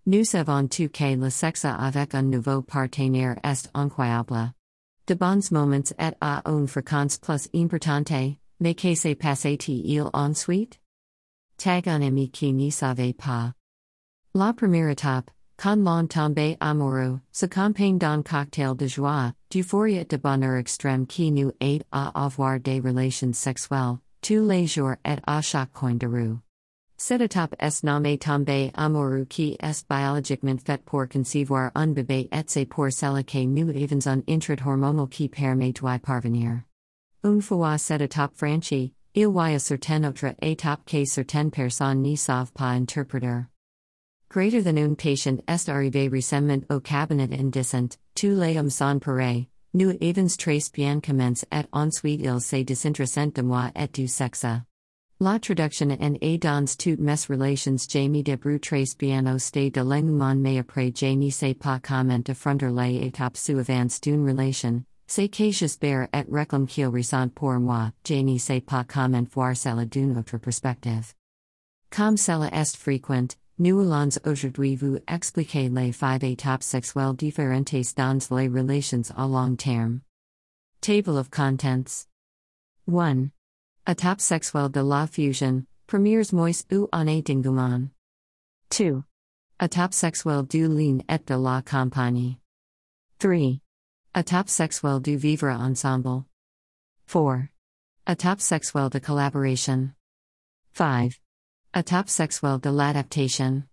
Nous avons tout que le sexe avec un nouveau partenaire est incroyable. De bons moments et à une fréquence plus importante, mais que s'est passé-il ensuite? Tag un ami qui n'y savait pas. La première étape, quand l'on tombe amoureux, s'accompagne d'un cocktail de joie, d'euphorie et de bonheur extrême qui nous aide à avoir des relations sexuelles, tous les jours et à chaque coin de rue. Cette étape est nommée tomber amoureux qui est biologiquement fait pour concevoir un bébé et c'est pour cela que nous avons un intrant hormonal qui permet d'y parvenir. Une fois cette étape franchie, il y a certaines autres étapes que certaines personnes n'y savent pas interpréter. Greater than une patient est arrivé récemment au cabinet en disant, tous les hommes sont pareils, nous avons très bien commencé et ensuite il s'est désintéressé de moi et du sexe. La traduction en a dans toutes mes relations Jamie de Brou très bien au stade de l'engouement mais après je ne sais pas comment affronter les étapes suivantes d'une relation, c'est que j'espère et réclame qu'il ressent pour moi, je ne sais pas comment voir cela d'une autre perspective. Comme cela est fréquent, nous allons aujourd'hui vous expliquer les 5 étapes sexuelles différentes dans les relations à long terme. Table of contents 1. Étape sexuelle de la fusion, premiers mois ou années d'engouement. 2. Étape sexuelle du lien et de la compagnie. 3. Étape sexuelle du vivre ensemble. 4. Étape sexuelle de collaboration. 5. Étape sexuelle de l'adaptation.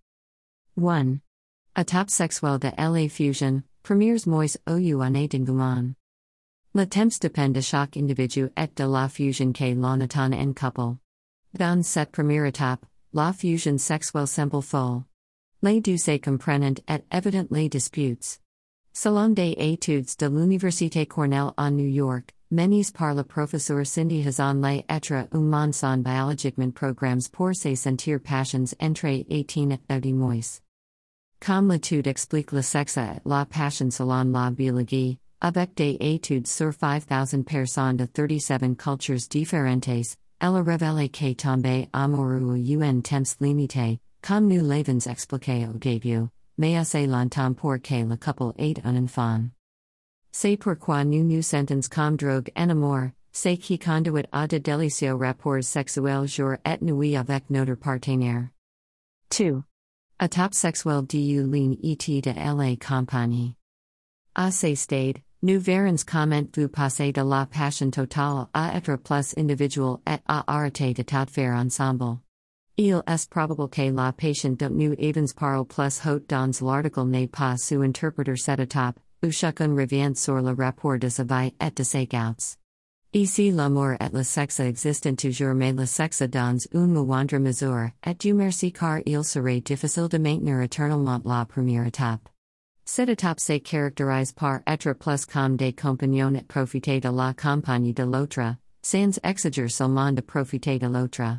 1. Étape sexuelle de la fusion, premiers mois ou années d'engouement. Le temps dépend de chaque individu et de la fusion que l'on attend en couple. Dans cette première étape, la fusion sexuelle semble folle. Les deux se comprennent et évitent les disputes. Selon des études de l'Université Cornell en New York, menées par le professeur Cindy Hazan les êtres humains sont biologiquement programmes pour se sentir passions entre 18 et 30 mois. Comme l'étude explique le sexe et la passion selon la biologie, avec des études sur 5,000 personnes de 37 cultures différentes, elle a révélé que tomber amoureux un temps limité, comme nous l'avons expliqué au début, mais assez longtemps pour que le couple ait un enfant. C'est pourquoi nous sentons comme drogue en amour, ce qui conduit à de délicieux rapports sexuels jour et nuit avec notre partenaire. 2. Étape sexuelle du lien et de la compagnie. À ce stade, nous verrons comment vous passez de la passion totale à être plus individuel et à arrêter de tout faire ensemble. Il est probable que la patiente dont nous avons parlé plus haut dans l'article n'ait pas su interpréter cette étape, où chacun revient sur le rapport de sa vie et de ses goûts. Ici l'amour et le sexe existent toujours mais le sexe dans une moindre mesure, et Dieu merci car il serait difficile de maintenir éternellement la première étape. Cette étape se caractérise par être plus comme des compagnons et profiter de la compagnie de l'autre, sans exiger seulement de profiter de l'autre.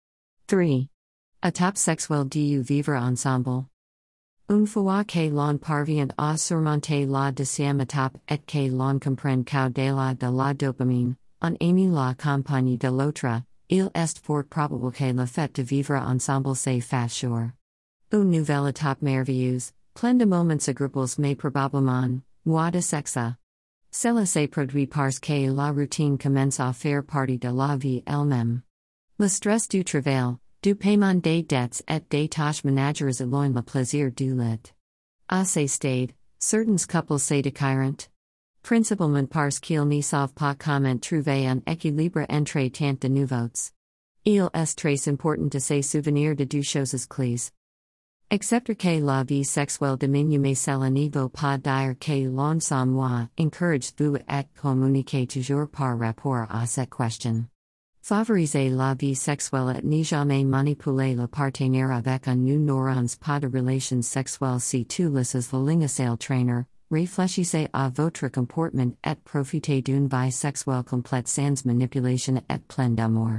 3. Étape sexuelle du vivre ensemble. Une fois que l'on parvient à surmonter la deuxième étape et que l'on comprend qu'au-delà de la dopamine, on aime la compagnie de l'autre, il est fort probable que le fait de vivre ensemble se fasse jour. Une nouvelle étape merveilleuse, pleine de moments agréables mais probablement, moins de sexe. Cela se produit parce que la routine commence à faire partie de la vie elle-même. Le stress du travail, du paiement des dettes et des tâches ménagères éloigne le plaisir du lit. À ce stade, certains couples se déchirent. Principalement parce qu'ils ne savent pas comment trouver un équilibre entre tant de nouveaux. Il est très important de se souvenir de deux choses clés. Accepter que la vie sexuelle diminue mais cela ne veut pas dire que l'on s'en moi, encourage-vous et communiquez toujours par rapport à cette question. Favoriser la vie sexuelle et ne jamais manipuler le partenaire avec un nous n'aurons pas de relations sexuelles si tu laisses la ligne à trainer, réfléchissez à votre comportement et profitez d'une vie sexuelle complète sans manipulation et pleine d'amour.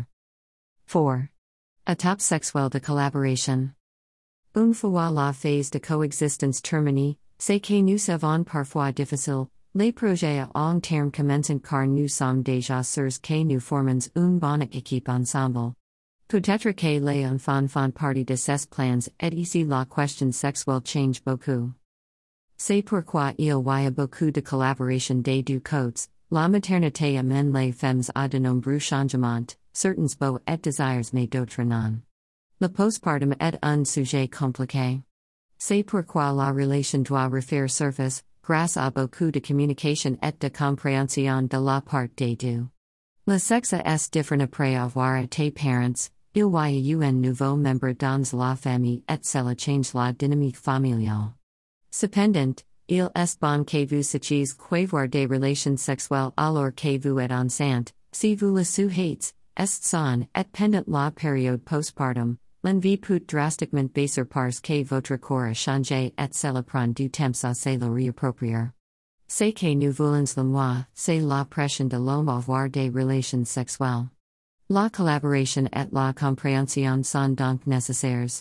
4. Étape sexuelle de collaboration. Une fois la phase de coexistence terminée, c'est que nous avons parfois difficile, les projets à long terme commencent car nous sommes déjà sûrs que nous formons une bonne équipe ensemble. Peut-être que les enfants font partie de ces plans et ici la question sexuelle change beaucoup. C'est pourquoi il y a beaucoup de collaboration des deux côtés. La maternité amène les femmes à de nombreux changements, certains beaux et désires mais d'autres non. Le postpartum est un sujet compliqué. C'est pourquoi la relation doit refaire surface, grâce à beaucoup de communication et de compréhension de la part des deux. Le sexe est différent après avoir été parents, il y a un nouveau membre dans la famille et cela change la dynamique familiale. Cependant, il est bon que vous sachiez qu'avoir des relations sexuelles alors que vous êtes enceinte, si vous le souhaitez, est sain et pendant la période postpartum, l'envie peut drastiquement baisser parce que votre corps a changé et cela prend du temps à se le réapproprier. Ce que nous voulons le moi, c'est la pression de l'homme avoir des relations sexuelles. La collaboration et la compréhension sont donc nécessaires.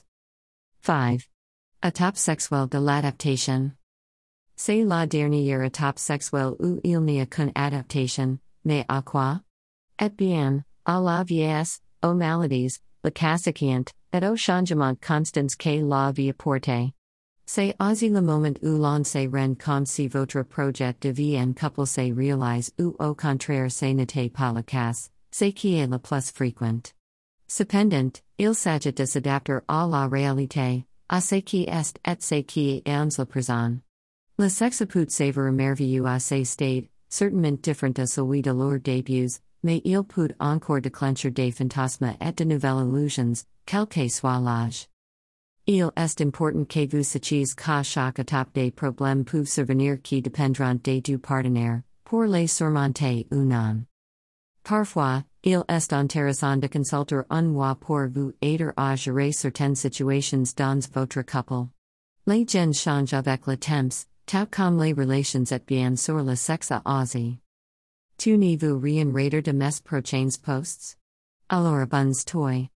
5. Étape sexuelle de l'adaptation. C'est la dernière étape sexuelle où il n'y a qu'une adaptation, mais à quoi? Et bien, à la vieillesse, aux maladies, le casquant, et aux changements constants que la vie apporte. C'est aussi le moment où l'on se rend compte si votre projet de vie en couple se réalise ou au contraire ce n'était pas le cas, ce qui est le plus fréquent. Cependant, il s'agit de s'adapter à la réalité, à ce qui est et ce qui est en le présent. Le sexe peut s'avérer merveilleux à ce stade, certainement différent de celui de leurs débuts, mais il peut encore déclencher des fantasmes et de nouvelles illusions, quel que soit l'âge. Il est important que vous sachiez qu'à chaque étape des problèmes peuvent survenir qui dépendront des deux partenaires, pour les surmonter ou non. Parfois, il est intéressant de consulter un moi pour vous aider à gérer certaines situations dans votre couple. Les gens changent avec le temps, tout comme les relations et bien sur le sexe aussi. Tu ne vous rien rater de mes prochains posts? Alors abonne-toi.